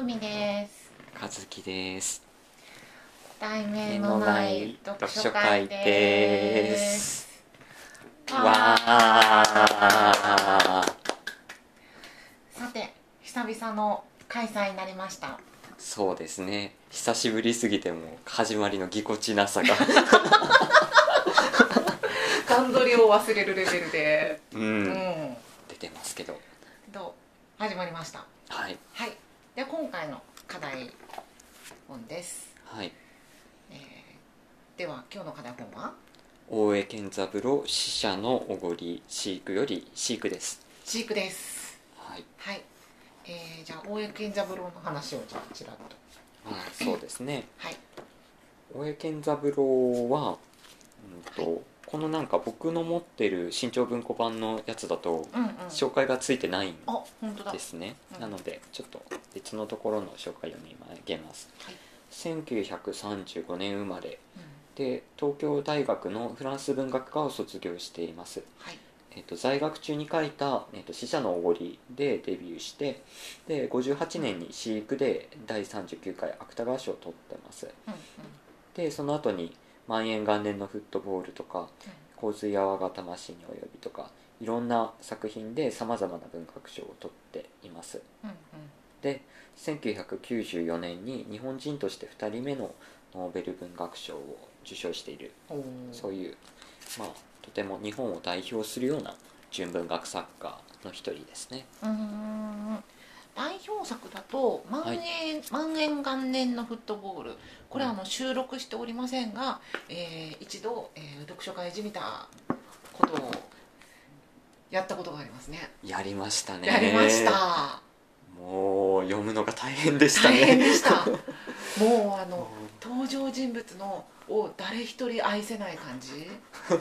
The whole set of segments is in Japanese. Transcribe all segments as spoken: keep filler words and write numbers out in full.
みです。 和樹です。 題名のない読書会です。 わー。 さて、久々の開催になりました。 そうですね。久しぶりすぎても始まりのぎこちなさが段取りを忘れるレベルで、 うん、うん、出てますけど。 どう始まりました。 はい。 はい。で今回の課題本です。 はい。 えー、では今日の課題本は大江健三郎死者のおごり飼育より飼育です。 飼育です。 はい。 はい。えー、じゃあ大江健三郎の話をじゃあちらっと。 あ、そうですね。 はい。 大江健三郎は、うんと、はい、このなんか僕の持ってる新潮文庫版のやつだと、 うんうん、 紹介がついてないんですね。 うん、 なのでちょっと別のところの紹介を読み上げます。はい、せんきゅうひゃくさんじゅうごねん生まれ、うん、で東京大学のフランス文学科を卒業しています。はい、えー、と在学中に書いた「えー、と死者のおごり」でデビューして、でごじゅうはちねんに飼育でだいさんじゅうきゅうかい芥川賞を取ってます。うんうん、でその後に万延元年のフットボールとか、洪水や我が魂におよびとか、いろんな作品でさまざまな文学賞を取っています。うんうん、でせんきゅうひゃくきゅうじゅうよねんに日本人としてふたりめのノーベル文学賞を受賞している、そういう、まあ、とても日本を代表するような純文学作家の一人ですね。 うーん、代表作だと万円、はい、万円元年のフットボール、これはあの収録しておりませんが、えー、一度、えー、読書会じみたことをやったことがありますね。 やりましたね。 やりました。 もう読むのが大変でしたね。 大変でした。もうあの登場人物のを誰一人愛せない感じ。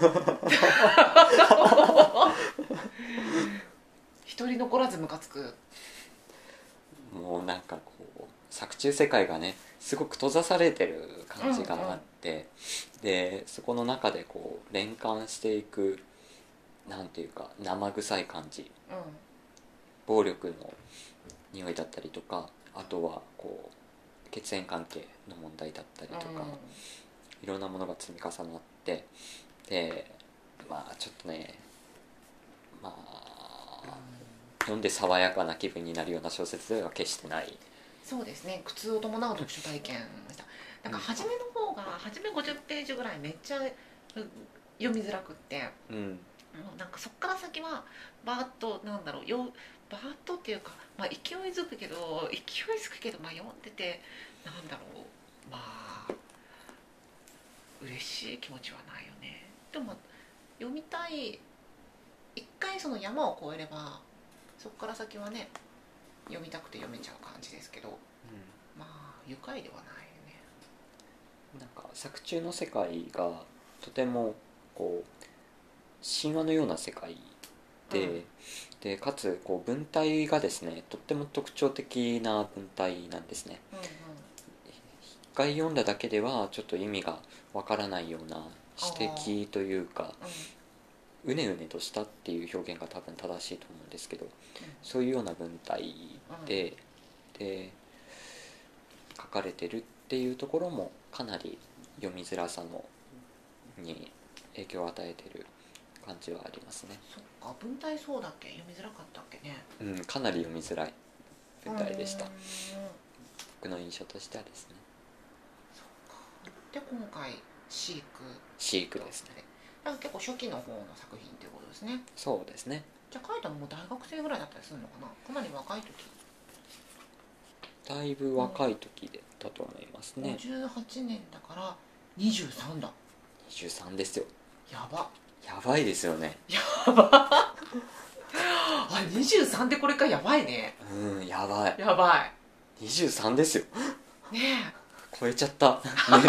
一人残らずムカつく。 もうなんかこう作中世界がねすごく閉ざされてる感じがあって、うんうん、でそこの中でこう連関していくなんていうか生臭い感じ、うん、暴力の匂いだったりとか、あとはこう血縁関係の問題だったりとか、うん、いろんなものが積み重なって、でまあちょっとねまあ、うん、読んで爽やかな気分になるような小説では決してない。 そうですね、苦痛を伴う読書体験でした。なんか初めの方が初めごじゅっページぐらいめっちゃ読みづらくって、うん、もうなんかそっから先はバーッとなんだろうよバーッとっていうか、まあ、勢いづくけど勢いづくけど、まあ、読んでてなんだろう、まあ嬉しい気持ちはないよね。でも読みたい、一回その山を越えればそこから先はね読みたくて読めちゃう感じですけど、うん、まあ愉快ではないよね。 なんか作中の世界がとてもこう神話のような世界で、うん、でかつこう文体がですねとっても特徴的な文体なんですね。うんうん、一回読んだだけではちょっと意味がわからないような指摘というか、うん、うねうねとしたっていう表現が多分正しいと思うんですけど、うん、そういうような文体で、うん、で書かれてるっていうところもかなり読みづらさのに影響を与えてる感じはありますね。 そっか、文体そうだっけ、読みづらかったっけね。 うん、かなり読みづらい文体でした。僕の印象としてはですね。 そっか。で今回飼育飼育ですね。 だから結構初期の方の作品っていうことですね。 そうですね。 じゃあ書いたのも大学生ぐらいだったりするのかな。かなり若い時。 だいぶ若い時でだと思いますね。 ごじゅうはちねんだからにじゅうさんだ。 にじゅうさんですよ。 やば。 やばいですよね。 やば。あ、にじゅうさんでこれか、やばいね。 うん、やばい。 やばい。にじゅうさんですよ。 ねえ。超えちゃった。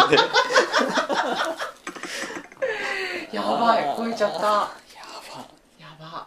やばい、超えちゃった。やば。やば。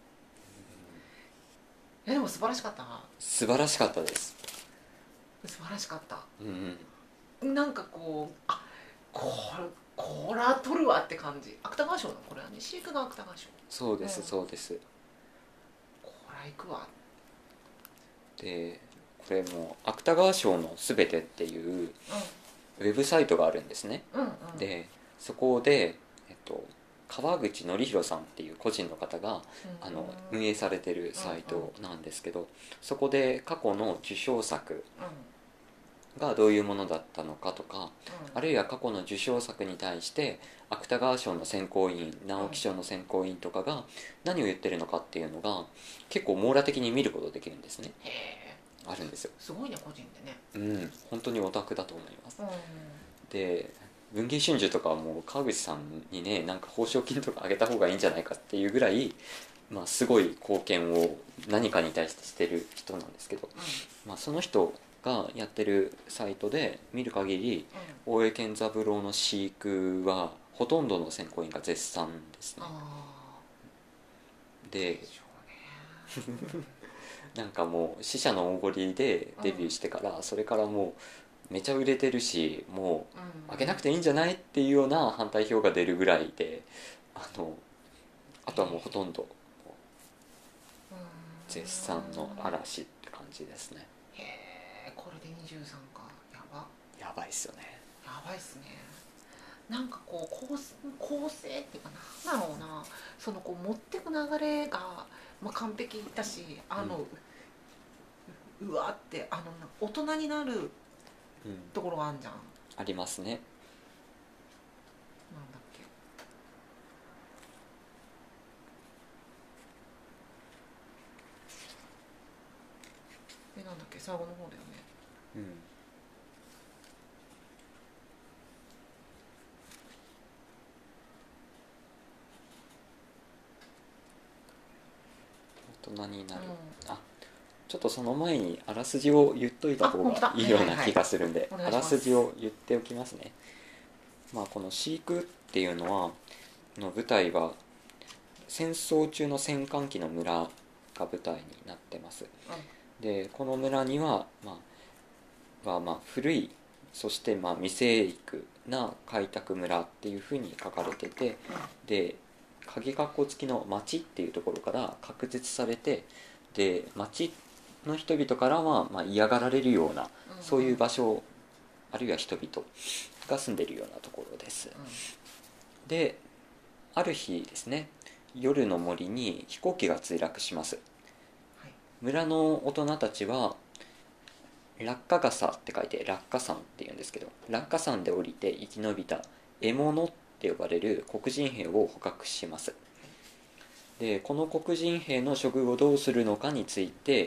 え、でも素晴らしかった。 素晴らしかったです。 素晴らしかった。 うんうん。なんかこう、あ、これこら取るわって感じ。芥川賞のこれはね、飼育が芥川賞。 そうです、うん、そうです。 こら行くわ。 でこれもう芥川賞のすべてっていうウェブサイトがあるんですね、 うんうん、 でそこで、えっと、川口典弘さんっていう個人の方が、うん、あの運営されてるサイトなんですけど、うんうん、そこで過去の受賞作がどういうものだったのかとか、うん、あるいは過去の受賞作に対して芥川賞の選考委員、直木賞の選考委員とかが何を言ってるのかっていうのが結構網羅的に見ることができるんですね。 へー、 あるんですよ。 すごいね、個人でね。 うん、本当にオタクだと思います、 うん、 で文藝春秋とかはもう川口さんにねなんか報奨金とかあげた方がいいんじゃないかっていうぐらい、まあ、すごい貢献を何かに対してしてる人なんですけど、うん、まあ、その人がやってるサイトで見る限り、うん、大江健三郎の飼育はほとんどの選考委員が絶賛ですね。でなんかもう死者のおごりでデビューしてから、うん、それからもうめちゃ売れてるしもうあげなくていいんじゃないっていうような反対票が出るぐらいで、あのあとはもうほとんど絶賛の嵐って感じですね。 へえ、これでにじゅうさんか、やばやばいっすよね。 やばいっすね。なんかこう構構成っていうかなんだろうな、そのこう持ってく流れが、まあ、完璧だし、あの、うん、うわってあの大人になるところがあるじゃん、うん、 ありますね。なんだっけ、え、なんだっけ、最後の方だよね。うん、 大人になる、うん、あ、ちょっとその前にあらすじを言っといた方がいいような気がするんで、あらすじを言っておきますね。まあ、この飼育っていうのはの舞台は戦争中の戦艦機の村が舞台になってます、うん、でこの村には、まあはまあ、古いそしてまあ未成育な開拓村っていうふうに書かれてて、うん、で鍵括弧付きの町っていうところから隔絶されて、で町の人々からはまあ嫌がられるような、うん、そういう場所あるいは人々が住んでいるようなところです、うん、である日ですね、夜の森に飛行機が墜落します、はい、村の大人たちは落下傘って書いて落下山っていうんですけど、落下山で降りて生き延びた獲物って呼ばれる黒人兵を捕獲します。でこの黒人兵の処遇をどうするのかについて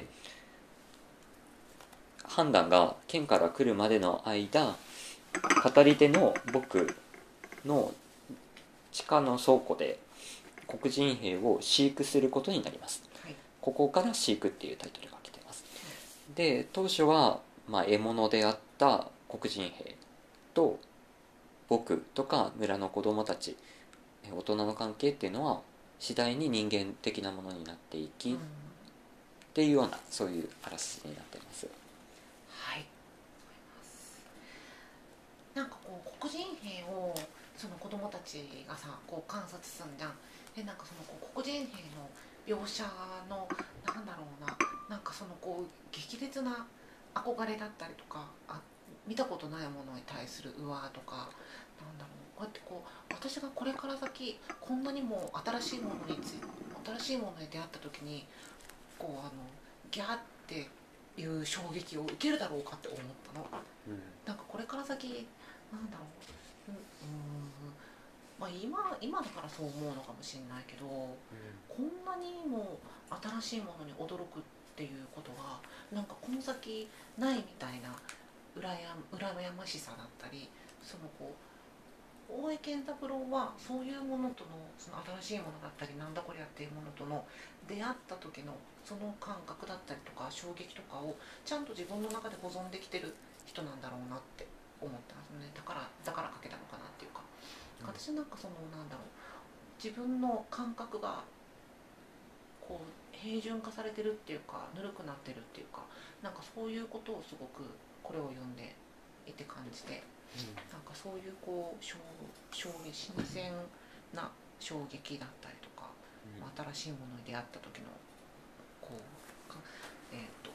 判断が県から来るまでの間、語り手の僕の地下の倉庫で黒人兵を飼育することになります、はい、ここから飼育っていうタイトルが来てます、はい、で当初は、まあ、獲物であった黒人兵と僕とか村の子供たち、大人の関係っていうのは次第に人間的なものになっていき、うん、っていうようなそういうあらすじになっています。 はい、なんかこう黒人兵をその子供たちがさこう観察するんじゃん。でなんかそのこう黒人兵の描写のなんだろうな、なんかそのこう激烈な憧れだったりとか、あ見たことないものに対するうわーとか、なんだろう、こうやってこう私がこれから先こんなにも新しいものにつ新しいものに出会った時にこうあのギャーっていう衝撃を受けるだろうかって思ったの、うん、なんかこれから先なんだろう、うん、まあ、今, 今だからそう思うのかもしれないけど、うん、こんなにも新しいものに驚くっていうことはなんかこの先ないみたいな羨ましさだったり、そのこう大江健三郎はそういうものとのその新しいものだったりなんだこりゃっていうものとの出会った時のその感覚だったりとか衝撃とかをちゃんと自分の中で保存できてる人なんだろうなって思ったんですね。だからだから書けたのかなっていうか、うん、私なんかそのなんだろう、自分の感覚がこう平準化されてるっていうかぬるくなってるっていうか、なんかそういうことをすごくこれを読んでいて感じて、うん、なんかそういうこう衝撃新鮮な衝撃だったりとか、うん、新しいものに出会った時のこう、えー、と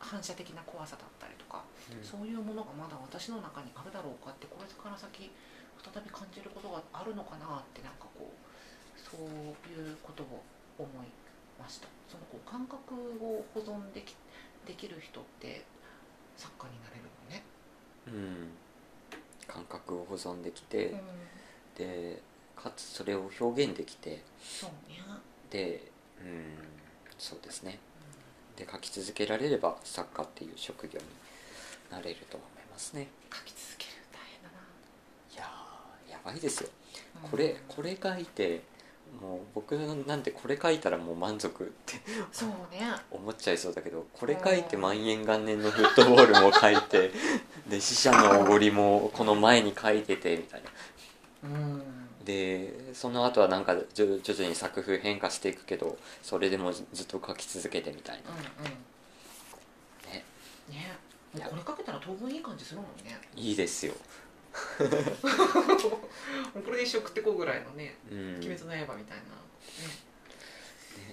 反射的な怖さだったりとか、 うん、 そういうものがまだ私の中にあるだろうかって、これから先再び感じることがあるのかなって、なんかこうそういうことを思いました。そのこう感覚を保存でき、できる人って作家になれるのね。 うん、感覚を保存できて、うん、でかつそれを表現できて、 そうね、 で、うん、そうですね、うん、で書き続けられれば作家っていう職業になれると思いますね。 書き続ける大変だな。 いややばいですよ、うん、これこれ書いてもう僕なんてこれ書いたらもう満足ってそうね思っちゃいそうだけど、これ書いて万延元年のフットボールも書いてで死者のおごりもこの前に書いててみたいな、うんでその後はなんか徐々に作風変化していくけど、それでもずっと書き続けてみたいな、うんうん、 ねね、もうこれ書けたら当分いい感じするもんね。 いいですよもうこれで一生食ってこうぐらいのね、うん、鬼滅の刃みたいな、ねね、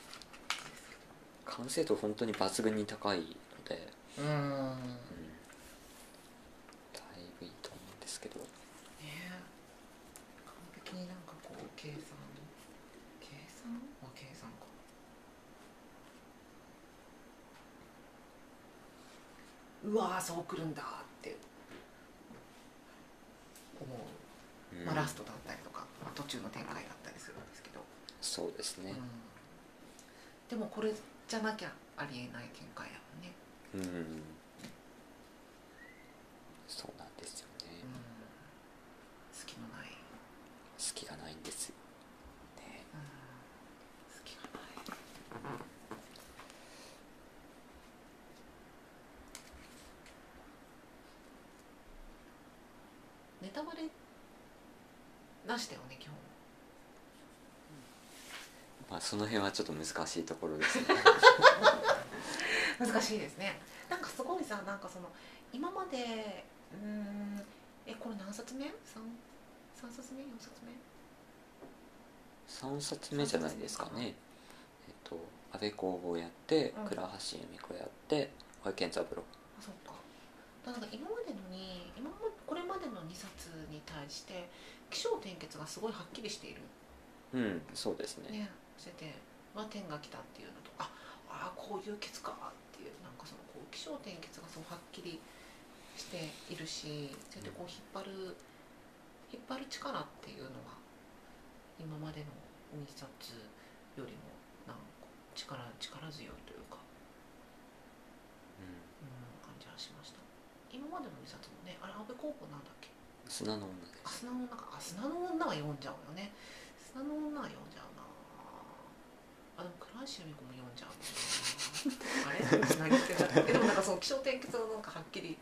完成度本当に抜群に高いので、うん、うん、だいぶいいと思うんですけど、ね、 完璧になんかこう計算計算は計算か、うわーそうくるんだって思う、うんまあ、ラストだったりとか、まあ、途中の展開だったりするんですけど、 そうですね、うん、 でもこれじゃなきゃありえない展開やもんね。うん、 そうなんですよね、うん、 隙のない隙がないんですよね、うん、 隙がない、うんネタバレなしだよね基本。 まあその辺はちょっと難しいところですね難しいですね。なんかすごいさ、なんかその今までうーんえこれ何冊目 ?さん, さん冊目よん冊目さんさつめじゃないですかね。えっと安倍公房やって、うん、倉橋由美子やって小池健三郎。 あ、そうか。だから今までのに今もこれまでのにさつに対して起承転結がすごいはっきりしている。 うん、そうですね。 ね、それでまあ天が来たっていうのと、ああこういうケツかっていう、なんかそのこう起承転結がそうはっきりしているし、それでこう引っ張る引っ張る力っていうのは今までのにさつよりもなんか力力強いというか、うん、うん、感じはしました。今までのにさつもね、あれ安倍公房なんだっけ？ 砂の女です。 あ、砂の女か。あ、砂の女は読んじゃうよね。砂の女は読んじゃうな。あ、でも倉橋由美子も読んじゃうな。あれつなげてない。でもなんかその起承転結がなんかはっきり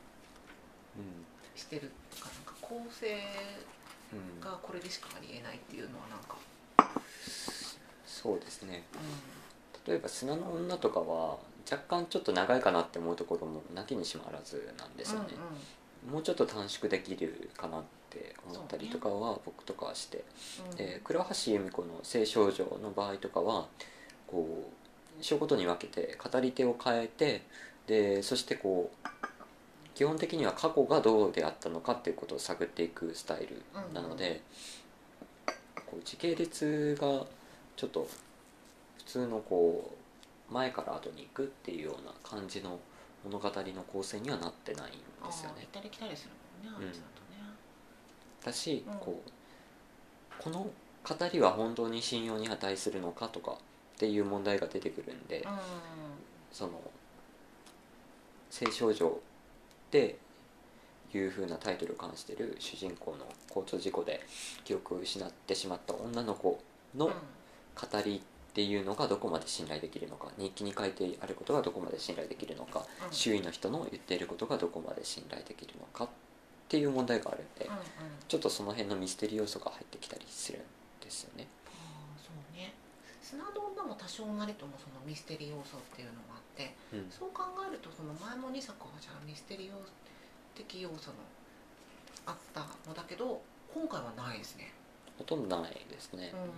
してるとか、なんか構成がこれでしかありえないっていうのはなんか、 うん、そうですね、うん、例えば砂の女とかは若干ちょっと長いかなって思うところもなきにしもあらずなんですよね、うんうん、もうちょっと短縮できるかなって思ったりとかは僕とかはして、うん、で倉橋由美子の性少女の場合とかはこう章ごとに分けて語り手を変えて、でそしてこう基本的には過去がどうであったのかっていうことを探っていくスタイルなので、こう時系列がちょっと普通のこう前から後に行くっていうような感じの物語の構成にはなってないんですよね。 行ったり来たりするもんね、あっちだとね。 だし、うん、こうこの語りは本当に信用に値するのかとかっていう問題が出てくるんで、うん、その性少女っていう風なタイトルを関している主人公の交通事故で記憶を失ってしまった女の子の語りっていうのがどこまで信頼できるのか、日記に書いてあることがどこまで信頼できるのか、うん、周囲の人の言っていることがどこまで信頼できるのかっていう問題があるんで、うんうん、ちょっとその辺のミステリー要素が入ってきたりするんですよね。 ああ、そうね。砂の女も多少なりともそのミステリー要素っていうのがあって、うん、そう考えるとその前のにさくはじゃあミステリー要素的要素のあったのだけど今回はないですね。 ほとんどないですね。うん、うん、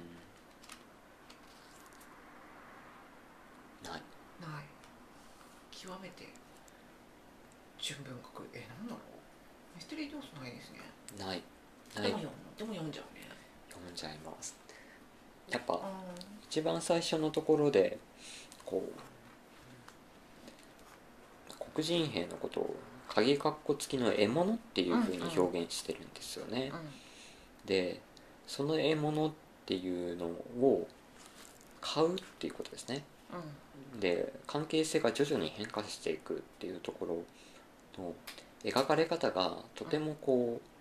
ないない。 極めて純文学、えなんだろう、ミステリー要素ないですね。 ないない。 でも読むでも読んじゃうね。 読んじゃいます。やっぱ一番最初のところでこう黒人兵のことを鍵括弧付きの獲物っていうふうに表現してるんですよね、うんうん、でその獲物っていうのを買うっていうことですね、うん、で関係性が徐々に変化していくっていうところの描かれ方がとてもこう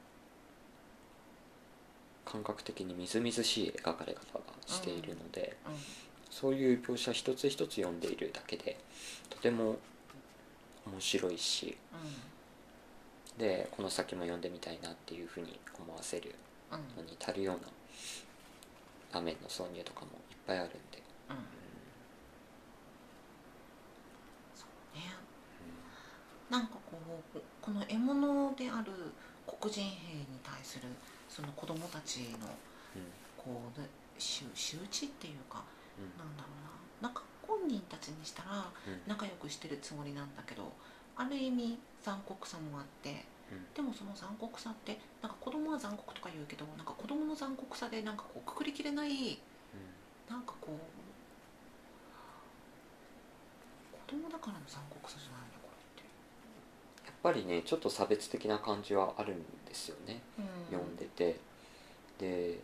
感覚的にみずみずしい描かれ方がしているので、うんうん、そういう描写一つ一つ読んでいるだけでとても面白いし、うん、でこの先も読んでみたいなっていうふうに思わせるのに足るような画面の挿入とかもいっぱいあるんで、うんうん、 そうね、うん、なんかこうこの獲物である黒人兵に対するその子供たちのこう、ね、仕打ちっていうか、うん、なんだろうな、なんか本人たちにしたら仲良くしてるつもりなんだけど、ある意味残酷さもあって、うん、でもその残酷さってなんか子供は残酷とか言うけど、なんか子供の残酷さでなんかこうくくりきれない、うん、なんかこう子供だからの残酷さじゃないのこれって。 やっぱりねちょっと差別的な感じはあるんですよね、うん、読んでて。で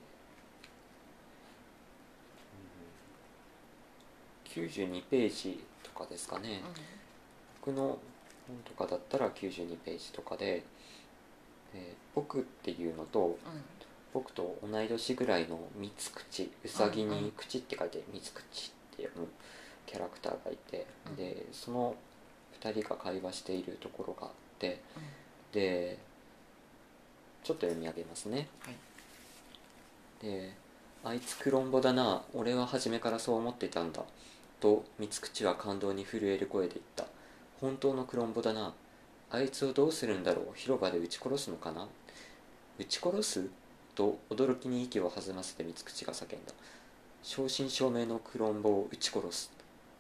きゅうじゅうにページとかですかね、うん、僕の本とかだったらきゅうじゅうにページとかで、えー、僕っていうのと、うん、僕と同い年ぐらいの三つ口、うさぎに口って書いて三つ口って読むキャラクターがいて、うん、でそのふたりが会話しているところがあって、うん、でちょっと読み上げますね、はい、であいつクロンボだな、俺は初めからそう思っていたんだと三つ口は感動に震える声で言った。本当のクロンボだな。あいつをどうするんだろう。広場で撃ち殺すのかな。撃ち殺すと驚きに息を弾ませて三つ口が叫んだ。正真正銘のクロンボを撃ち殺す。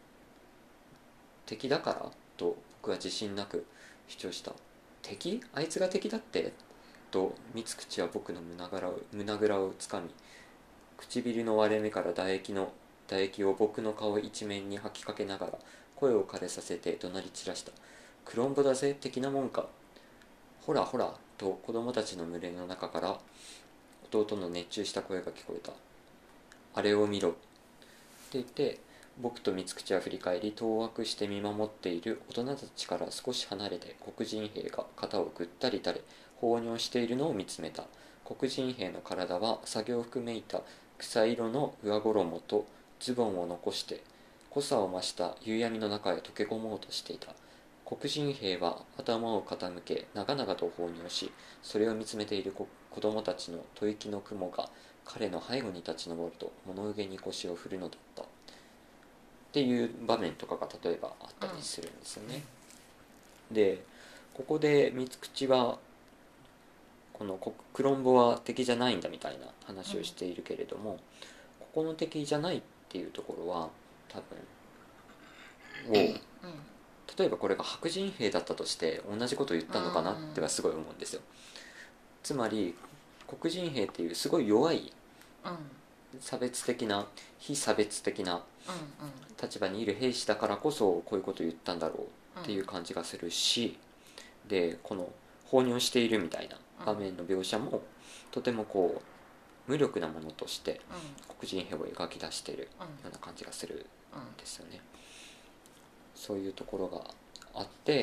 敵だからと僕は自信なく主張した。敵？あいつが敵だってと三つ口は僕の胸ぐらを胸ぐらをつかみ、唇の割れ目から唾液の唾液を僕の顔一面に吐きかけながら声を枯れさせて怒鳴り散らした。クロンボだぜ、的なもんか。ほらほらと子供たちの群れの中から弟の熱中した声が聞こえた。あれを見ろって言って、僕と三つ口は振り返り、当惑して見守っている大人たちから少し離れて黒人兵が肩をぐったり垂れ放尿しているのを見つめた。黒人兵の体は作業服めいた草色の上衣とズボンを残して濃さを増した夕闇の中へ溶け込もうとしていた。黒人兵は頭を傾け長々と放尿し、それを見つめている子供たちの吐息の雲が彼の背後に立ち上ると物憂げに腰を振るのだったっていう場面とかが例えばあったりするんですよね、うん、でここで三つ口はこのクロンボは敵じゃないんだみたいな話をしているけれども、うん、ここの敵じゃないっていうところは多分を、うん、例えばこれが白人兵だったとして同じことを言ったのかなってはすごい思うんですよ。つまり黒人兵っていうすごい弱い差別的な非差別的な立場にいる兵士だからこそこういうことを言ったんだろうっていう感じがするし、でこの放尿しているみたいな場面の描写もとてもこう無力なものとして黒人兵を描き出しているような感じがするんですよね。そういうところがあって、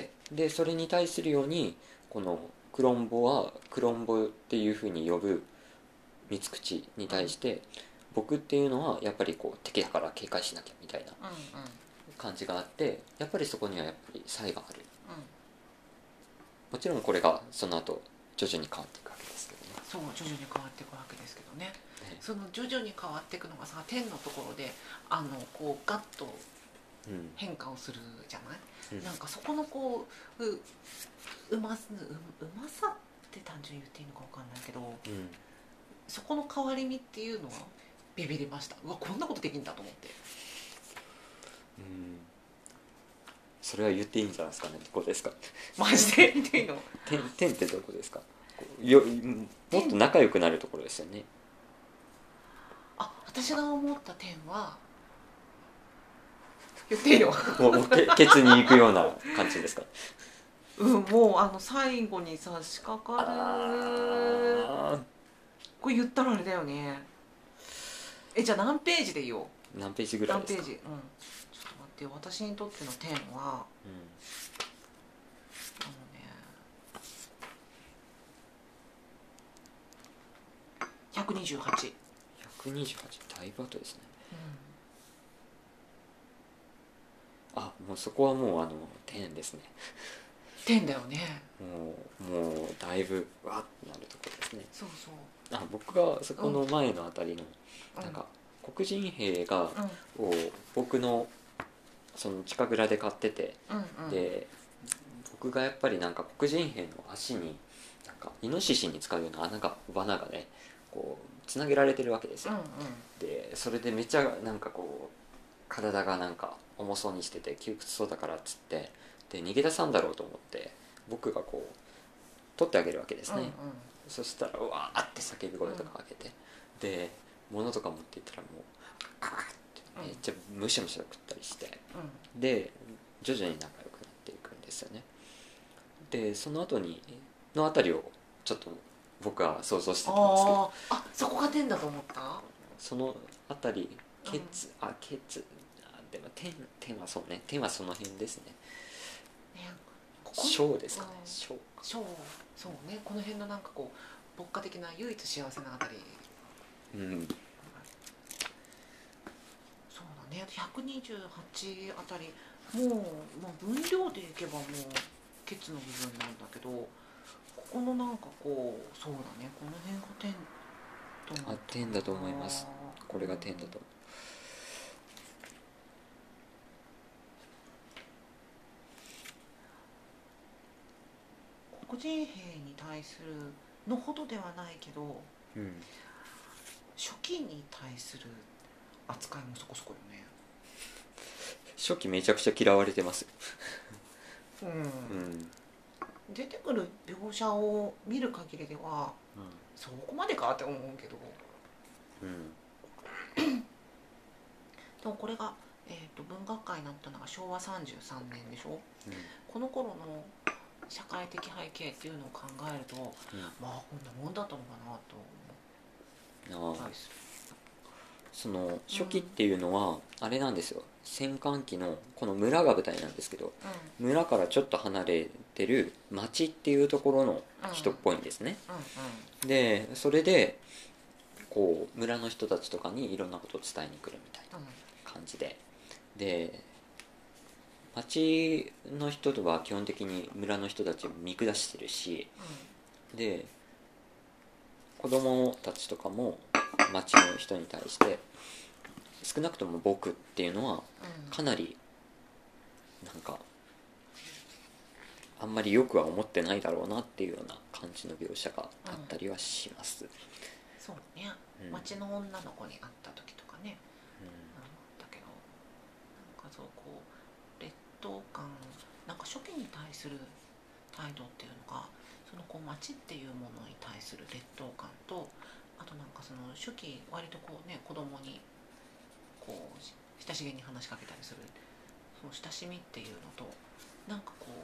でそれに対するようにこのクロンボはクロンボっていうふうに呼ぶ三つ口に対して、僕っていうのはやっぱりこう敵だから警戒しなきゃみたいな感じがあって、やっぱりそこにはやっぱり差異がある。もちろんこれがその後徐々に変わっていくわけですけどね。 そう徐々に変わっていくわけですけどね。ね、その徐々に変わっていくのがさ、天のところであのこうガッと変化をするじゃない、うん、なんかそこのこう う, う, ま, う, うまさって単純に言っていいのか分かんないけど、うん、そこの変わり身っていうのはビビりました。うわこんなことできるんだと思って、 うん、 それは言っていいんじゃないですかね。どこですか？ マジで言っていいの？ 点点ってどこですか？よもっと仲良くなるところですよね。 あ、私が思った点は言っていいの？ もうけケツに行くような感じですか？ うん、もうあの最後に差し掛かる。これ言ったらあれだよね。え、じゃあ何ページで言おう？ 何ページぐらいですか？ 何ページ？うん、ちょっと待ってよ。私にとっての点は、うん、あのね、ひゃくにじゅうはち。 ひゃくにじゅうはち、だいぶ後ですね。うん、あ、もうそこはもうあの点ですね。 点だよね。 もうもうだいぶわってなるところですね。 そうそう。 あ、僕がそこの前のあたりの、うん、なんか黒人兵が、うん、を僕のその近くらで買ってて、うんうん、で僕がやっぱりなんか黒人兵の足になんかイノシシに使うような穴が罠がねこうつなげられてるわけですよ、うんうん、でそれでめっちゃなんかこう体がなんか重そうにしてて窮屈そうだからっつってで逃げ出さんだろうと思って僕がこう取ってあげるわけですね、うんうん、そしたらうわーって叫び声とか上げて、うん、で物とか持っていったらもうカーってめっちゃむしゃむしゃ食ったりして、うん、で徐々に仲良くなっていくんですよね。でその後にのあたりをちょっと僕は想像してたんですけど、 ああ、そこが点だと思った。 そのあたりケツ、うん、あケツあでも点点はそうね点はその辺ですね。小ですかね。小小そうね、この辺のなんかこう牧歌的な唯一幸せなあたり。うん。そうだね。ひゃくにじゅうはちあたりもう、もう分量でいけばもうケツの部分なんだけど、ここのなんかこうそうだね、この辺が点と思った。あ、点だと思います。これが点だと。 黒人兵に対するのほどではないけど、うん、初期に対する扱いもそこそこよね。 初期めちゃくちゃ嫌われてますうん、うん、出てくる描写を見る限りでは、うん、そこまでかって思うけど、うん、でもこれが、えーと、文学界になったのがしょうわさんじゅうさんねんでしょ、うん、この頃の社会的背景っていうのを考えると、うん、まあこんなもんだったのかなと思ったりする。 その初期っていうのはあれなんですよ、戦艦機のこの村が舞台なんですけど、うん、村からちょっと離れてる町っていうところの人っぽいんですね、うんうんうん、でそれでこう村の人たちとかにいろんなことを伝えに来るみたいな感じで、で町の人とは基本的に村の人たちを見下してるし、うん、で子供たちとかも町の人に対して少なくとも僕っていうのはかなりなんかあんまりよくは思ってないだろうなっていうような感じの描写があったりはします、うん、 そうね、うん、町の女の子に会った時とかね、うん、だけどなんかそうこう劣等感、なんか初期に対する態度っていうのがそのこう町っていうものに対する劣等感と、あとなんかその初期割とこうね子供にこう親しげに話しかけたりするその親しみっていうのとなんかこう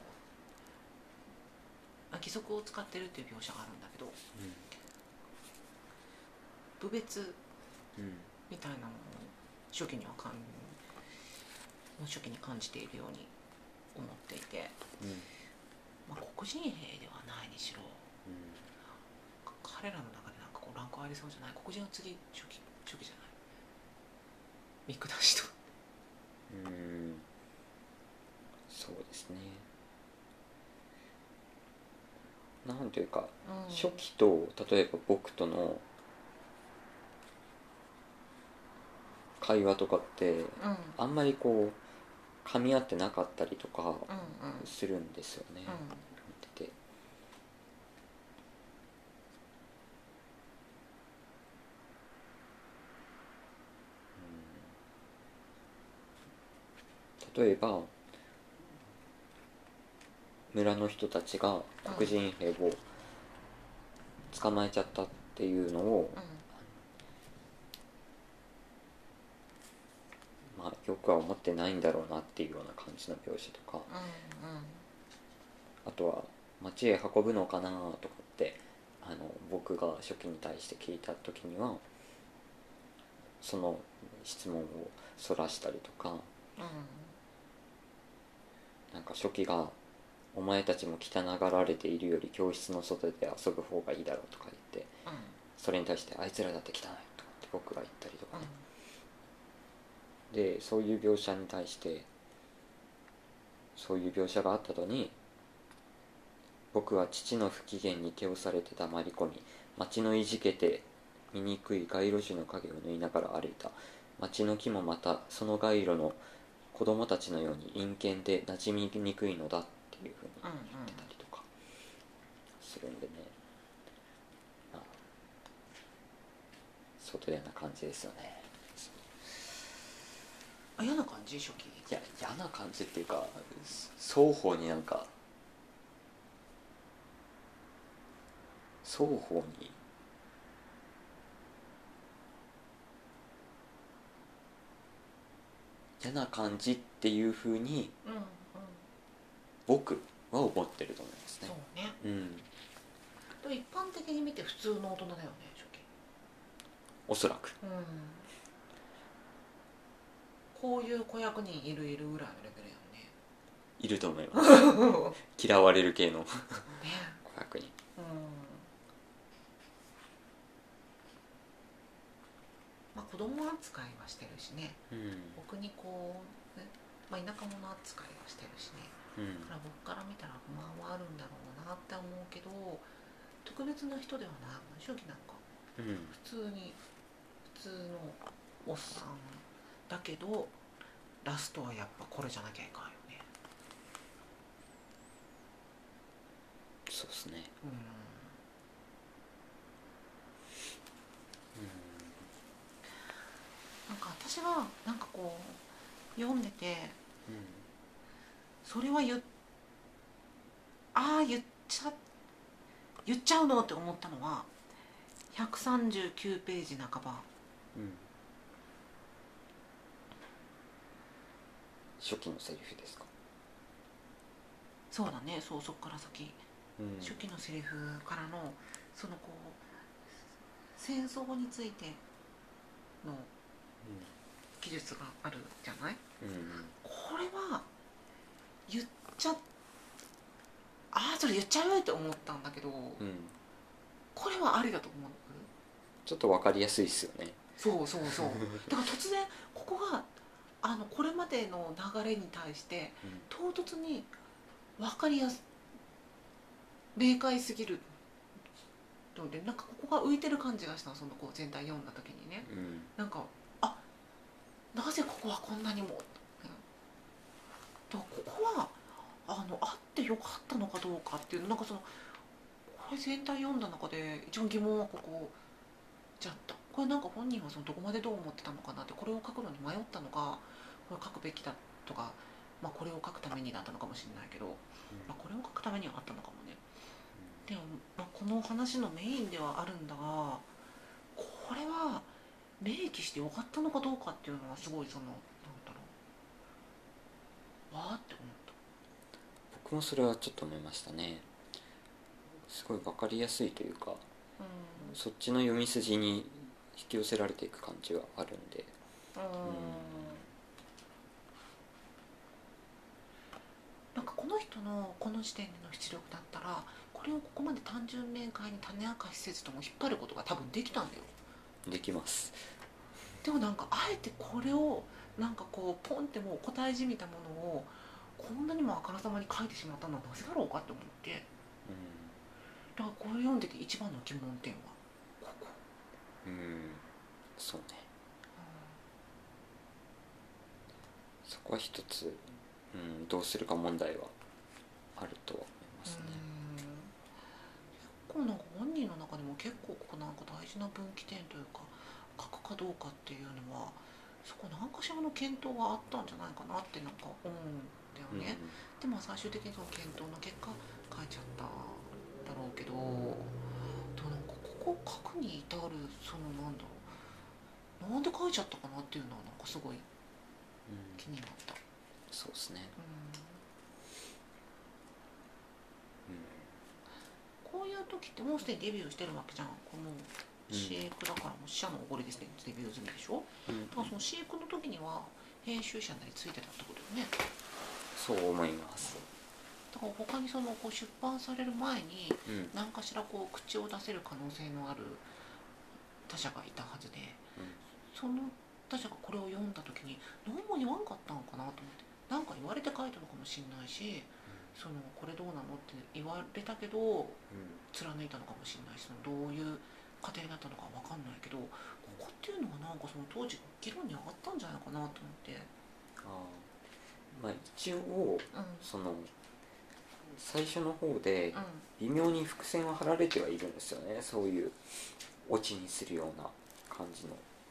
義足を使ってるっていう描写があるんだけど、うん、部別みたいなのを初期にはかん初期に感じているように思っていて、うん、まあ、黒人兵ではないにしろ、うん、彼らの中でなんかこうランクありそうじゃない？黒人は次初期初期じゃない？見下しと。 うん、そうですね。なんというか、うん、初期と例えば僕との会話とかって、うん、あんまりこう噛み合ってなかったりとかするんですよね、うんうん、見てて。例えば村の人たちが黒人兵を捕まえちゃったっていうのを、うん、まあよくは思ってないんだろうなっていうような感じの描写とか、うんうん、あとは町へ運ぶのかなとかってあの僕が初期に対して聞いた時にはその質問をそらしたりとか、うん、なんか初期がお前たちも汚がられているより教室の外で遊ぶ方がいいだろうとか言って、うん、それに対してあいつらだって汚いとかって僕が言ったりとか、うん、でそういう描写に対してそういう描写があった後に僕は父の不機嫌に手をされて黙り込み街のいじけて醜い街路樹の影を縫いながら歩いた。街の木もまたその街路の子供たちのように陰険で馴染みにくいのだっていうふうに言ってたりとかするんでね、まあ外嫌な感じですよね。 あ、嫌な感じ初期。 いや嫌な感じっていうか双方になんか双方に嫌な感じっていうふうに僕は思ってると思いますね。 そうね、うん、一般的に見て普通の大人だよね初期。 おそらく、うん、 こういう子役人いるいるぐらいのレベルやんね。 いると思います嫌われる系の子役人、うんまあ、子供扱いはしてるしね、うん、僕にこう、ねまあ、田舎者扱いはしてるしね、うん、だから僕から見たら不満はあるんだろうなって思うけど特別な人ではない。初期なんか普通に普通のおっさんだけどラストはやっぱこれじゃなきゃいかんよね。 そうですね、うんなんか私はなんかこう読んでて、うん、それは言ああ言っちゃ言っちゃうのって思ったのはひゃくさんじゅうきゅうページ半ば、うん、 初期のセリフですか。 そうだね、そうそっから先、うん、初期のセリフからのそのこう戦争についての技術があるじゃない、うん、これは言っちゃああそれ言っちゃうよって思ったんだけど、うん、これはありだと思う。 ちょっと分かりやすいですよね。 そうそうそうだから突然ここがあのこれまでの流れに対して唐突に分かりやす明快すぎるのでなんかここが浮いてる感じがしたの。そのこう全体読んだ時にね、うん、なんかあなぜここはこんなにも、うん、だからここはあのあってよかったのかどうかっていうなんかそのこれ全体読んだ中で一番疑問はここじゃった。これなんか本人はそのどこまでどう思ってたのかなってこれを書くのに迷ったのかこれ書くべきだとか、まあ、これを書くためにだったのかもしれないけど、うんまあ、これを書くためにはあったのかもね。でも、まあ、この話のメインではあるんだがこれは明記してよかったのかどうかっていうのはすごいそのなんだろうわーって思った。 僕もそれはちょっと思いましたね。すごい分かりやすいというか、うん、そっちの読み筋に引き寄せられていく感じはあるんで、うん、 なんかこの人のこの時点での出力だったらこれをここまで単純明快に種明かしせずとも引っ張ることが多分できたんだよ。 できます。 でもなんかあえてこれをなんかこうポンってもう答えじみたものをこんなにもあからさまに書いてしまったのはなぜだろうかって思って、うん、だからこれ読んでて一番の疑問点はここ。 うんそうね、うん、そこは一つ、うん、どうするか問題はあるとは思いますね。 結構なんか本人の中でも結構ここなんか大事な分岐点というか書くかどうかっていうのはそこ何かしらの検討があったんじゃないかなってなんか思うんだよね、うん、でも最終的にその検討の結果書いちゃっただろうけど、でもなんかここ書くに至るそのなんだろう、なんで書いちゃったかなっていうのはなんかすごい気になった、うん、 そうですね、 うんうん、こういう時ってもうすでにデビューしてるわけじゃん。この飼育だからもう死者のおごりですね、デビュー済みでしょ、うん、だからその飼育の時には編集者なりついてたってことよね。 そう思います。 だから他にそのこう出版される前に何かしらこう口を出せる可能性のある他者がいたはずで、うん、その他者がこれを読んだ時に何も言わんかったのかなと思って、なんか言われて書いたのかもしれないし、うん、そのこれどうなのって言われたけど、うん、貫いたのかもしれないし、そのどういう過程だったのか分かんないけど、ここっていうのがなんかその当時議論に上がったんじゃないかなと思って。 あ、まあ、一応、うん、その最初の方で微妙に伏線は張られてはいるんですよね、そういうオチにするような感じの。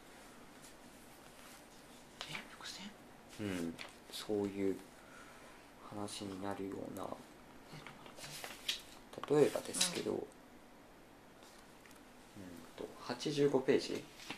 え、伏線？ うん、そういう話になるような、例えばですけど、うん、うんとはちじゅうごページ、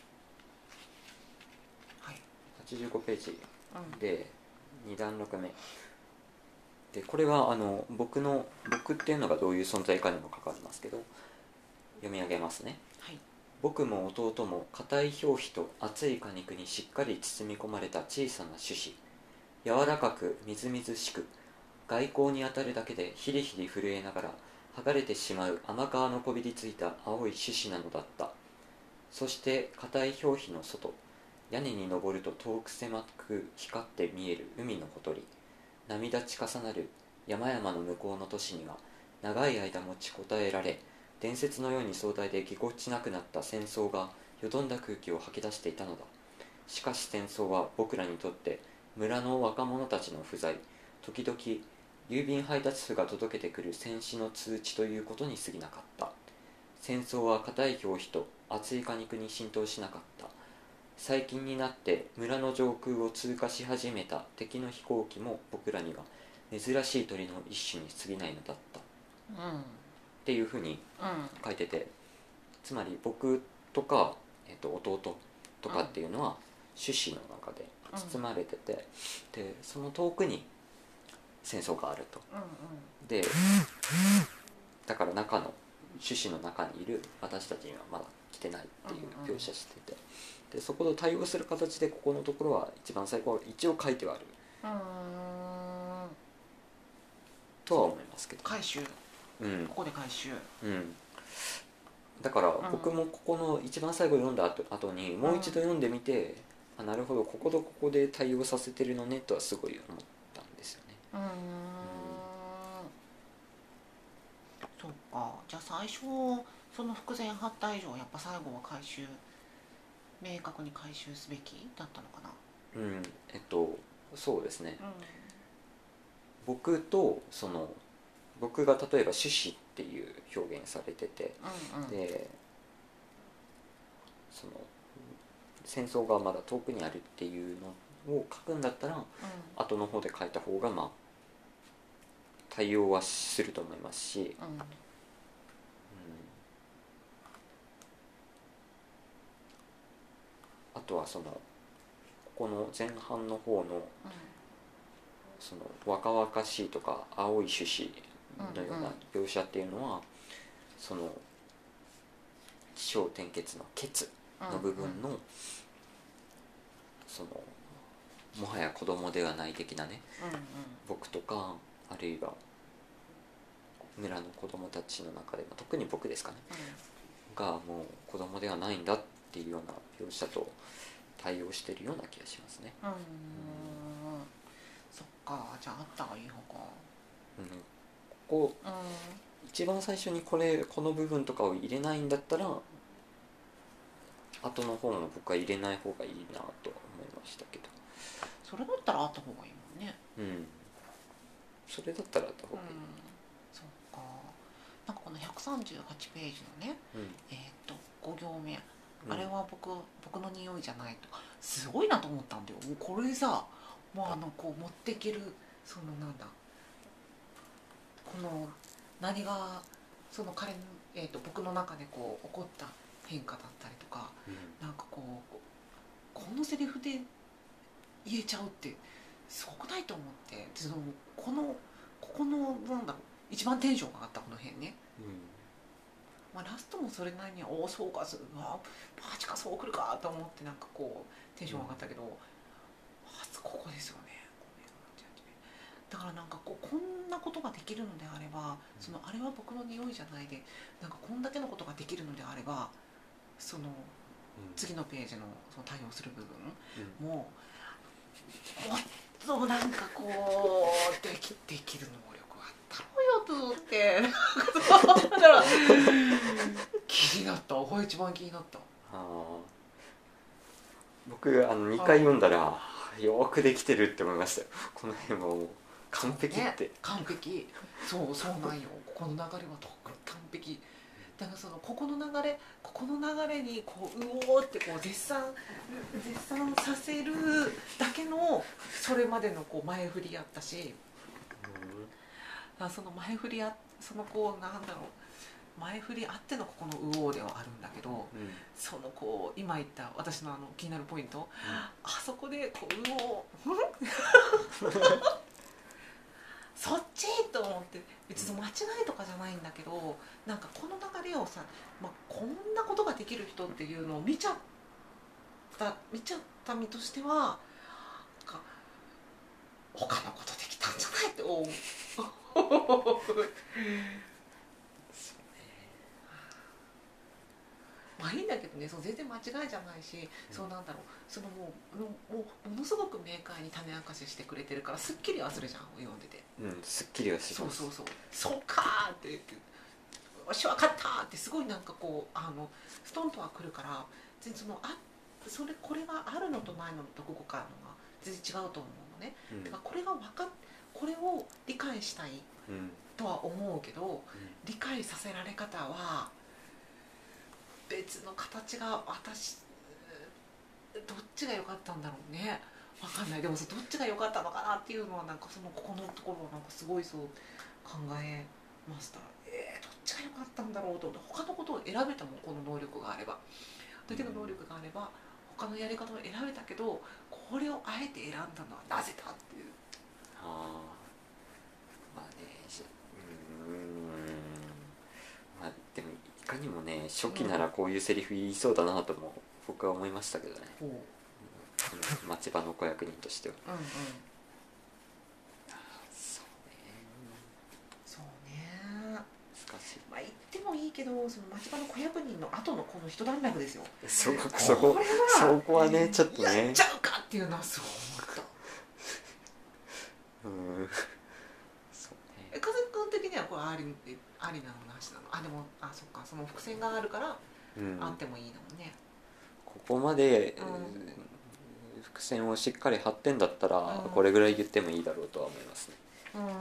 はい、はちじゅうごページでに段落目で、これはあの僕の僕っていうのがどういう存在かにも関わりますけど、読み上げますね、はい、僕も弟も硬い表皮と厚い果肉にしっかり包み込まれた小さな種子、柔らかくみずみずしく、外光に当たるだけでヒリヒリ震えながら剥がれてしまう甘皮のこびりついた青い種子なのだった。そして硬い表皮の外、屋根に登ると遠く狭く光って見える海のほとり、波立ち重なる山々の向こうの都市には長い間持ちこたえられ、伝説のように壮大でぎこちなくなった戦争がよどんだ空気を吐き出していたのだ。しかし戦争は僕らにとって村の若者たちの不在、時々郵便配達夫が届けてくる戦死の通知ということに過ぎなかった。戦争は硬い表皮と厚い果肉に浸透しなかった。最近になって村の上空を通過し始めた敵の飛行機も僕らには珍しい鳥の一種に過ぎないのだった、うん、っていうふうに書いてて、うん、つまり僕とか、えっと、弟とかっていうのは種子の中で包まれてて、うん、でその遠くに戦争があると、うんうん、でだから中の種子の中にいる私たちにはまだ来てないっていう描写してて、でそこと対応する形でここのところは一番最後は一応書いてはある、うん、とは思いますけど、 回収、うん、ここで回収、 うん、だから僕もここの一番最後読んだ後、後にもう一度読んでみて、うん、あ、なるほどこことここで対応させてるのねとはすごい思ったんですよね。うん、うん、 そっか。じゃあ最初その伏線張った以上やっぱ最後は回収、明確に回収すべきだったのかな。 うん、えっとそうですね、うん、僕とその僕が例えば種子っていう表現されてて、うんうん、でその戦争がまだ遠くにあるっていうのを書くんだったら、うん、後の方で書いた方がまあ対応はすると思いますし、うんうん、あとはそのここの前半の方の、うん、その若々しいとか青い種子のような描写っていうのは、うんうん、その起承転結の結の部分の、うんうん、そのもはや子供ではない的なね、うんうん、僕とかあるいは村の子供たちの中でも特に僕ですかね、うん、がもう子供ではないんだっていうような描写と対応してるような気がしますね。うん、うん、 そっか。じゃああった方がいい方か。 うん、ここ、うん、一番最初にこれこの部分とかを入れないんだったら後の方も僕は入れない方がいいなと思いましたけど。 それだったらあった方がいいもんね。 うん、それだったらあった方がいい、うん、 そっか。なんかこのひゃくさんじゅうはちページのね、うん、えっとご行目、あれは僕、僕の匂いじゃないとか、 すごいなと思ったんだよ。もうこれさ、もうあのこう持っていける、そのなんだ、この何がその彼の、えー、と僕の中でこう起こった変化だったりとか、うん、なんかこうこのセリフで言えちゃうってすごくないと思って、そのこのここのなんだろう、一番テンションが上がったこの辺ね、うん、まあ、ラストもそれなりにおおそうか、うわマジかそうくるかと思ってなんかこうテンション上がったけど、うん、まずここですよね。だからなんかこうこんなことができるのであれば、そのあれは僕の匂いじゃないで、なんかこんだけのことができるのであれば、その次のページのその対応する部分も、うん、もっとなんかこうできできる能力あったろうよと思ってだから気になった。これ一番気になった。 あ、僕あのにかい読んだらよくできてるって思いましたよ。この辺はもう完璧って、ね、 完璧、そうそうなんよ。ここの流れはと完璧だから、そのここの流れここの流れにこううおーってこう絶賛絶賛させるだけのそれまでのこう前振りやったし、うん、その前振りやそのこうなんだろう、前振りあってのここのうおーではあるんだけど、うん、そのこう今言った私のあの気になるポイント、うん、あそこでこううおーそっちと思って、別に間違いとかじゃないんだけど、なんかこの流れをさ、まあ、こんなことができる人っていうのを見ちゃった見ちゃった身としては、なんか他のことできたんじゃないって思うまあいいんだけどね、そう全然間違いじゃないし、うん、そうなんだろう、そのもうもうもうものすごく明快に種明かししてくれてるから、すっきりはするじゃん読んでて。 うん、すっきりはします。 そうそうそう、そうかーって言って、わし分かったーってすごいなんかこうあのストンとはくるから、全然そのあそれこれがあるのとないのとここからのが全然違うと思うのね。うん、だからこれが分かっこれを理解したいとは思うけど、うん、理解させられ方は別の形が私どっちが良かったんだろうね。分かんない。でもどっちが良かったのかなっていうのはなんかそのここのところはなんかすごいそう考えました。えー、どっちが良かったんだろうと思って、他のことを選べたもん、この能力があれば、だけの能力があれば他のやり方を選べたけど、これをあえて選んだのはなぜだっていう。 あまあね、うーん、まあでもいかにもね、初期ならこういうセリフ言いそうだなとも僕は思いましたけどね、うん、町場の子役人としては。うんうん、そうねそうね、難しい。まあ言ってもいいけど、その町場の子役人の後のこの一段落ですよ。 そそこそこはねちょっとねやっちゃうかっていうのはそう思った。うん、そうね。風君的にはこれありありなのなしなの。あでもあそっか、その伏線があるから、うん、あってもいいのもね。 ここまで、うん、伏線をしっかり張ってんだったら、うん、これぐらい言ってもいいだろうとは思いますね。うん、うん、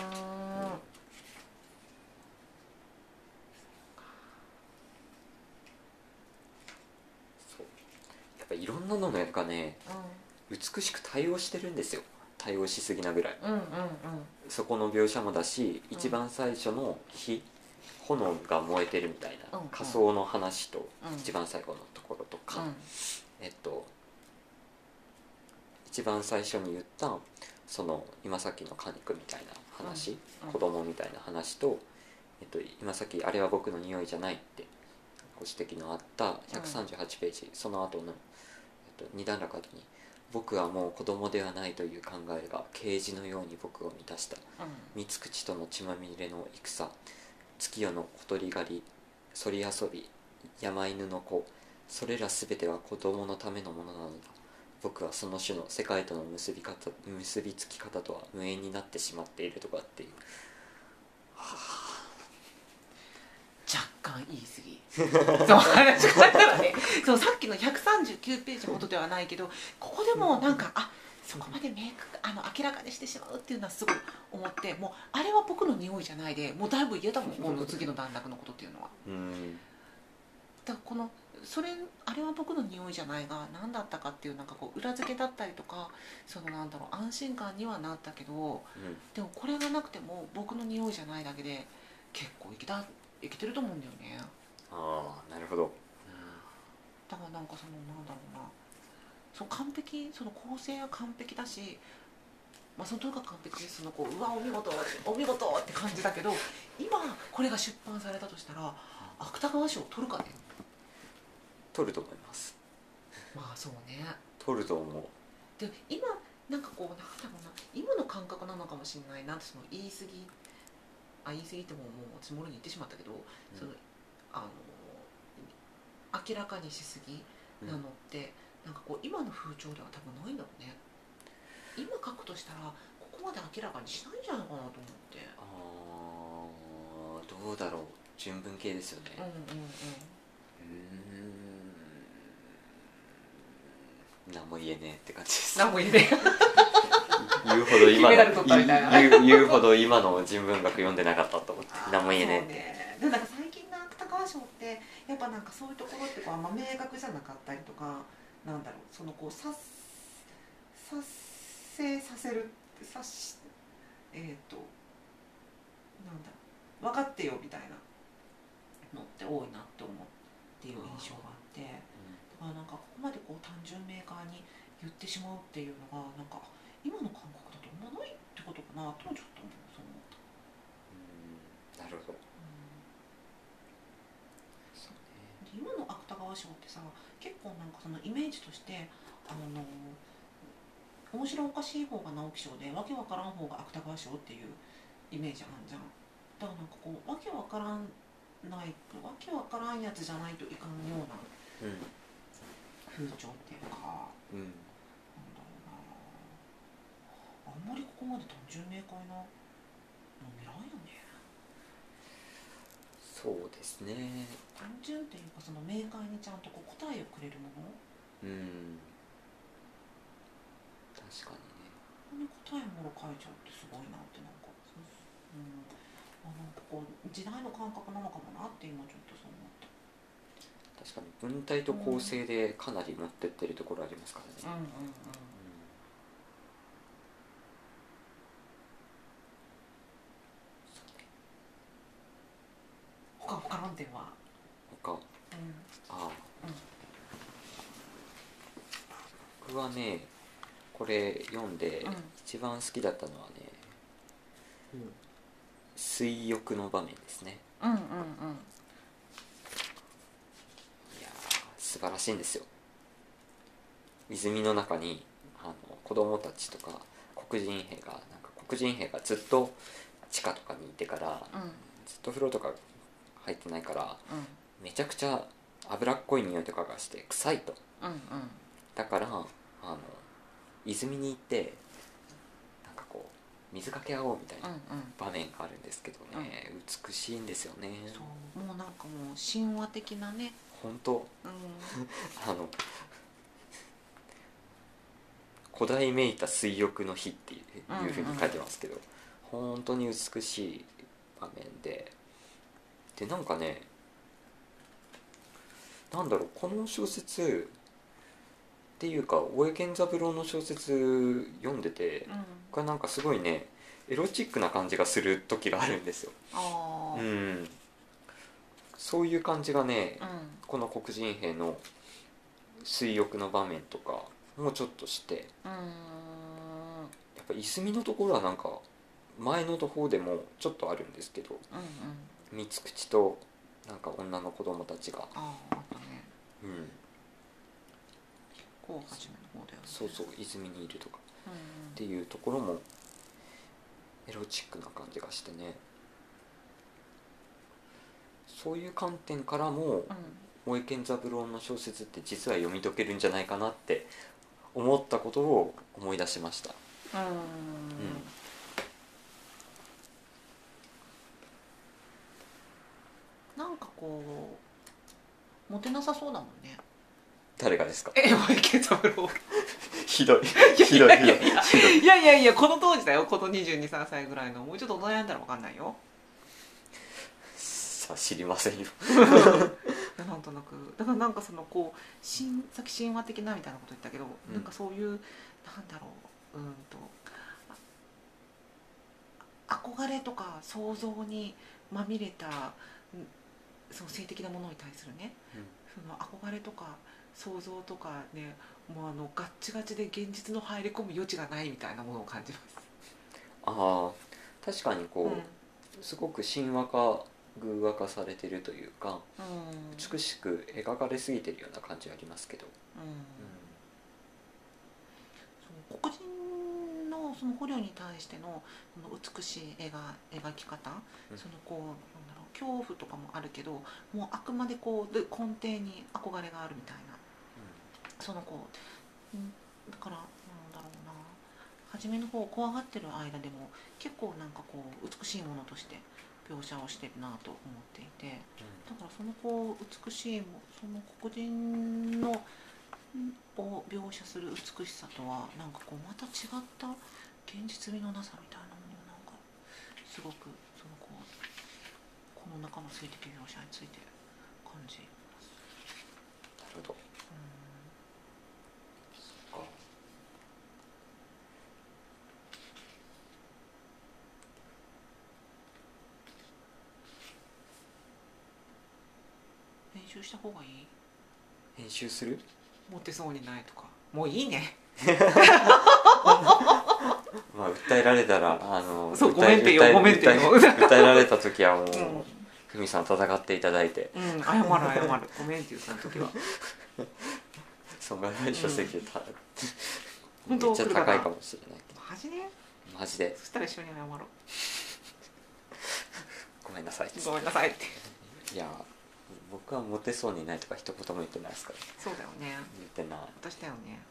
そうやっぱいろんなのがね、うん、美しく対応してるんですよ。対応しすぎなぐらい、うんうんうん、そこの描写もだし、一番最初の火炎が燃えてるみたいな、うんうん、仮想の話と一番最後のところとか、うん、えっと一番最初に言ったその今さっきのカニクみたいな話、うんうん、子供みたいな話と、えっと、今さっきあれは僕の匂いじゃないってご指摘のあったひゃくさんじゅうはちページ、うん、その後の、えっと、に段落後に僕はもう子供ではないという考えが啓示のように僕を満たした、うん、三つ口との血まみれの戦、月夜の小鳥狩り、そり遊び、山犬の子、それらすべては子供のためのものなのだ。僕はその種の世界との結び方結びつき方とは無縁になってしまっているとかっていう、はあ、 若干言い過ぎそう話し方がね、そうさっきのひゃくさんじゅうきゅうページほどではないけど、ここでもなんか、あそこまで明確あの明らかにしてしまうっていうのはすごい思って、もうあれは僕の匂いじゃないで、もうだいぶ言えたもん、この次の段落のことっていうのは。うんだからこのそれあれは僕の匂いじゃないが何だったかっていうなんかこう裏付けだったりとか、そのなんだろう安心感にはなったけど、うん、でもこれがなくても僕の匂いじゃないだけで結構生きた生きてると思うんだよね。 ああなるほど、うん、 だからなんかそのなんだろうな、その完璧、その構成は完璧だし、まあ、そのとにかく完璧です。そのこううわお見事お見事って感じだけど、今これが出版されたとしたら芥川賞取るかね。 取ると思います。 まあそうね、 取ると思う。 で今なんかこうなんだろうな、今の感覚なのかもしれない。なんてその言い過ぎあ言い過ぎってももうつもりに言ってしまったけど、うん、そのあの明らかにしすぎなのって、うん、なんかこう今の風潮では多分ないんだろうね。今書くとしたらここまで明らかにしないんじゃないかなと思って。 ああどうだろう、純文系ですよね。うんうんうん、何も言えねえって感じです。 何も言えねえ言うほど今の言う、言うほど今の人文学読んでなかったと思って何も言えねえって。 ね、でなんか最近の芥川賞ってやっぱなんかそういうところってこうあんま明確じゃなかったりとか、なんだろう、そのこうささ成させるさしえっ、ー、となんだろう、分かってよみたいなのって多いなって思っていう印象があって、だからなんかここまでこう単純明快に言ってしまうっていうのがなんか今の感覚だと思わないってことかなともちょっと思う、そう思った。 うん、なるほど。うん、 そうね、で今の芥川賞ってさ、結構なんかそのイメージとしてあの面白おかしい方が直木賞でわけわからん方が芥川賞っていうイメージあるじゃん。だからなんかこうわけわからんないわけわからんやつじゃないといかんような風潮っていうか、うん、なんだろうな、あんまりここまで単純明快なの見らんよね。 そうですね、 単純っていうかその明快にちゃんとこう答えをくれるもの、うん、 確かにね。 答えもろ書いちゃうってすごいなって、なんか、うん、あなんかこう時代の感覚なのかもなって今ちょっとそう思った。 確かに文体と構成でかなり持ってってるところありますからね。うんうんうん、うん、 他他論点は他、うん、ああ、うん、僕はねこれ読んで一番好きだったのはね、うん、水浴の場面ですね。うんうんうん、いや素晴らしいんですよ。泉の中にあの子供たちとか黒人兵がなんか黒人兵がずっと地下とかにいてから、うん、ずっと風呂とか入ってないから、うん、めちゃくちゃ脂っこい匂いとかがして臭いと、うんうん、だからあの泉に行ってなんかこう水かけ合おうみたいな場面があるんですけどね、うんうん、美しいんですよね。 そうもうなんかもう神話的なね、 本当、うん、あの古代めいた水浴の日っていうふうに書いてますけど、うんうん、本当に美しい場面で、でなんかね、なんだろう、この小説っていうか大江健三郎の小説読んでて、うん、これなんかすごいねエロチックな感じがする時があるんですよ。あ、うん、そういう感じがね、うん、この黒人兵の水浴の場面とかもうちょっとして、うん、やっぱ泉のところはなんか前の方でもちょっとあるんですけど、うんうん、三つ口となんか女の子供たちが、ああったね、うん、 こう初めの方だよね。 そうそう、泉にいるとか、うんうん、っていうところもエロチックな感じがしてね、そういう観点からも、うん、大江健三郎の小説って実は読み解けるんじゃないかなって思ったことを思い出しました。うん、うん、 なんかこうモテなさそうだもんね。 誰がですか？ え、大江健三郎ひどいひどいひどいいやいやいや、この当時だよ、このにじゅうに、さんさいぐらいの、もうちょっと大人なんだら分かんないよ。 さあ知りませんよなんとなくだからなんかそのこう神さっき神話的なみたいなこと言ったけど、うん、なんかそういうなんだろううんと憧れとか想像にまみれたその性的なものに対するね、うん、その憧れとか想像とかねもうあのガッチガチで現実の入り込む余地がないみたいなものを感じます。 ああ確かにこう、うん、すごく神話化偶話化されてるというか、うん、美しく描かれすぎてるような感じはありますけど、うんうん、 その黒人のその捕虜に対しての美しい絵が描き方、うん、そのこうなんだろう恐怖とかもあるけどもうあくまでこう根底に憧れがあるみたいな、うん、そのこう、うん、だからなんだろうな初めの方怖がってる間でも結構なんかこう美しいものとして描写をしてるなと思っていて、だからそのこう美しいその黒人のを描写する美しさとはなんかこうまた違った現実味のなさみたいなものをなんかすごくそのこうこの中の性的描写について感じます。 なるほど。 編集した方がいい？ 編集する？ モテそうにないとかもういいねまあ訴えられたらあのそうごめんってよごめんってよ訴えられた時はもうふみ、うん、さん戦っていただいて、 うん、謝る謝るごめんっていうその時は損害賠償請求た、 うん、 めっちゃ高いかもしれない。 マジで？ マジで。 そしたら一緒に謝ろうごめんなさいごめんなさいっていや僕はモテそうにないとか一言も言ってないですから。 そうだよね。 言ってない。 私だよね。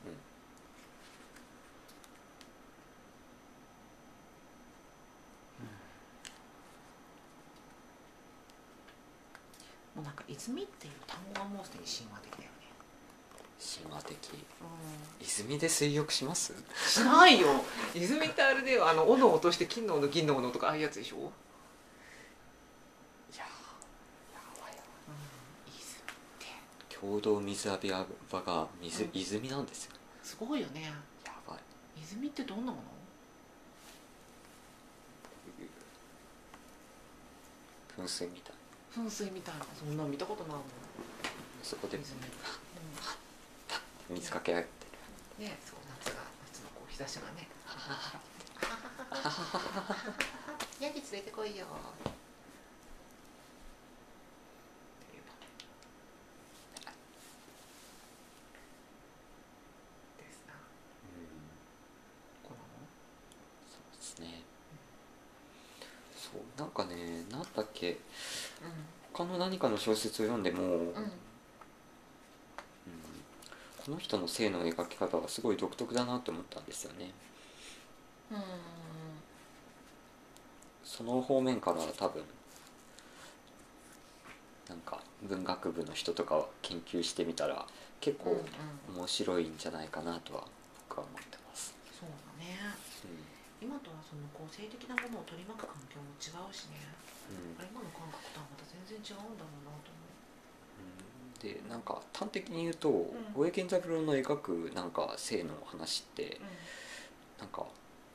うん。もうなんか泉っていう単語がもうすでに神話的だよね。 神話的。 うん。 泉で水浴します？ しないよ。泉ってあれであの斧を落として金の斧銀の斧とかああいうやつでしょ。 共同水浴び場が水、うん、泉なんですよ。 すごいよね。 やばい。 泉ってどんなもの？ 噴水みたい。 噴水みたいなそんな見たことないもん。 そこで水、うん、水かけ合ってる。 ね、そう夏が夏のこう日差しがね。ヤギ連れてこいよ。 なんかね、なんだっけ、うん、他の何かの小説を読んでも、うんうん、この人の性の描き方はすごい独特だなって思ったんですよね。うん、その方面から多分なんか文学部の人とか研究してみたら結構面白いんじゃないかなとは僕は思ってます。 そうだね、うん今とはそのこう性的なものを取り巻く環境も違うしね、うん、今の感覚とはまた全然違うんだろうなと思う、うん、でなんか端的に言うと大江、うん、健三郎の描くなんか性の話って、うん、なんか、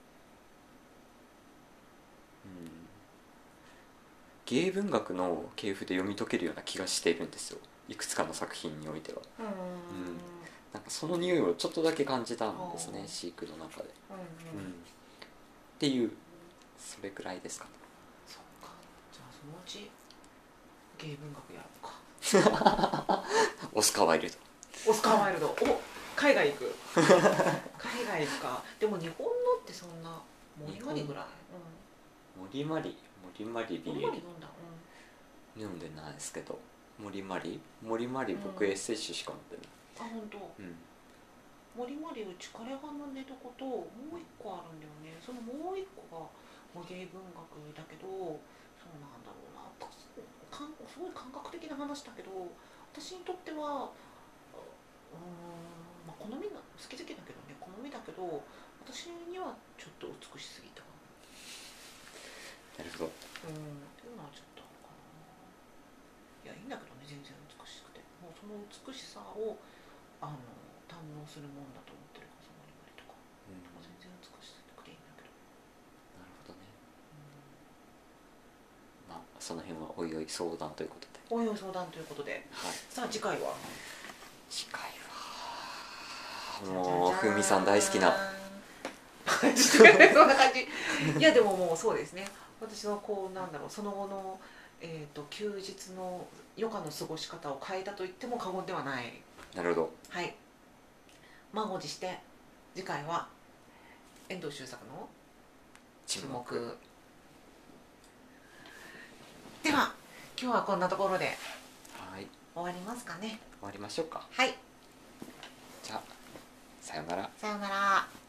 うん、芸文学の系譜で読み解けるような気がしているんですよ、いくつかの作品においては。うん、うん、なんかその匂いをちょっとだけ感じたんですね、飼育の中で。うん、うんっていうそれくらいですかね。 そっか、じゃあそのうち芸文学やろうかオスカーワイルドオスカーワイルドお海外行く海外行くか。でも日本のってそんなモリマリぐらい、 うん、モリマリモリマリビエリモリマリ読んだ、 うん、読んでないですけどモリマリモリマリ僕、うん、エッセイ集しか持ってない。 あ、本当。うんモリマリうち枯葉の寝床ともう一個あるんだよね。そのもう一個が芸文学だけど、そうなんだろうな、すごい感覚的な話だけど私にとってはうーん、まあ、好みが好き好きだけどね、好みだけど私にはちょっと美しすぎた。 なるほど。 うん、っていうのはちょっとあるかな。いやいいんだけどね、全然美しくその美しさをあの堪能するもんだと思ってるからさ、マリマリとか、うん、全然美しくていいんだけど。 なるほどね、うん、まあその辺はおいおい相談ということで、 おいおい相談ということで、はい、さあ次回は次回はもうふみさん大好きなそんな感じ。いやでももうそうですね、私はこうなんだろう、その後の、えー、と休日の余暇の過ごし方を変えたと言っても過言ではない。 なるほど。 はい、満を持して次回は遠藤周作の沈黙では、今日はこんなところで終わりますかね。 終わりましょうか。 はい、 じゃあさよなら。 さよなら。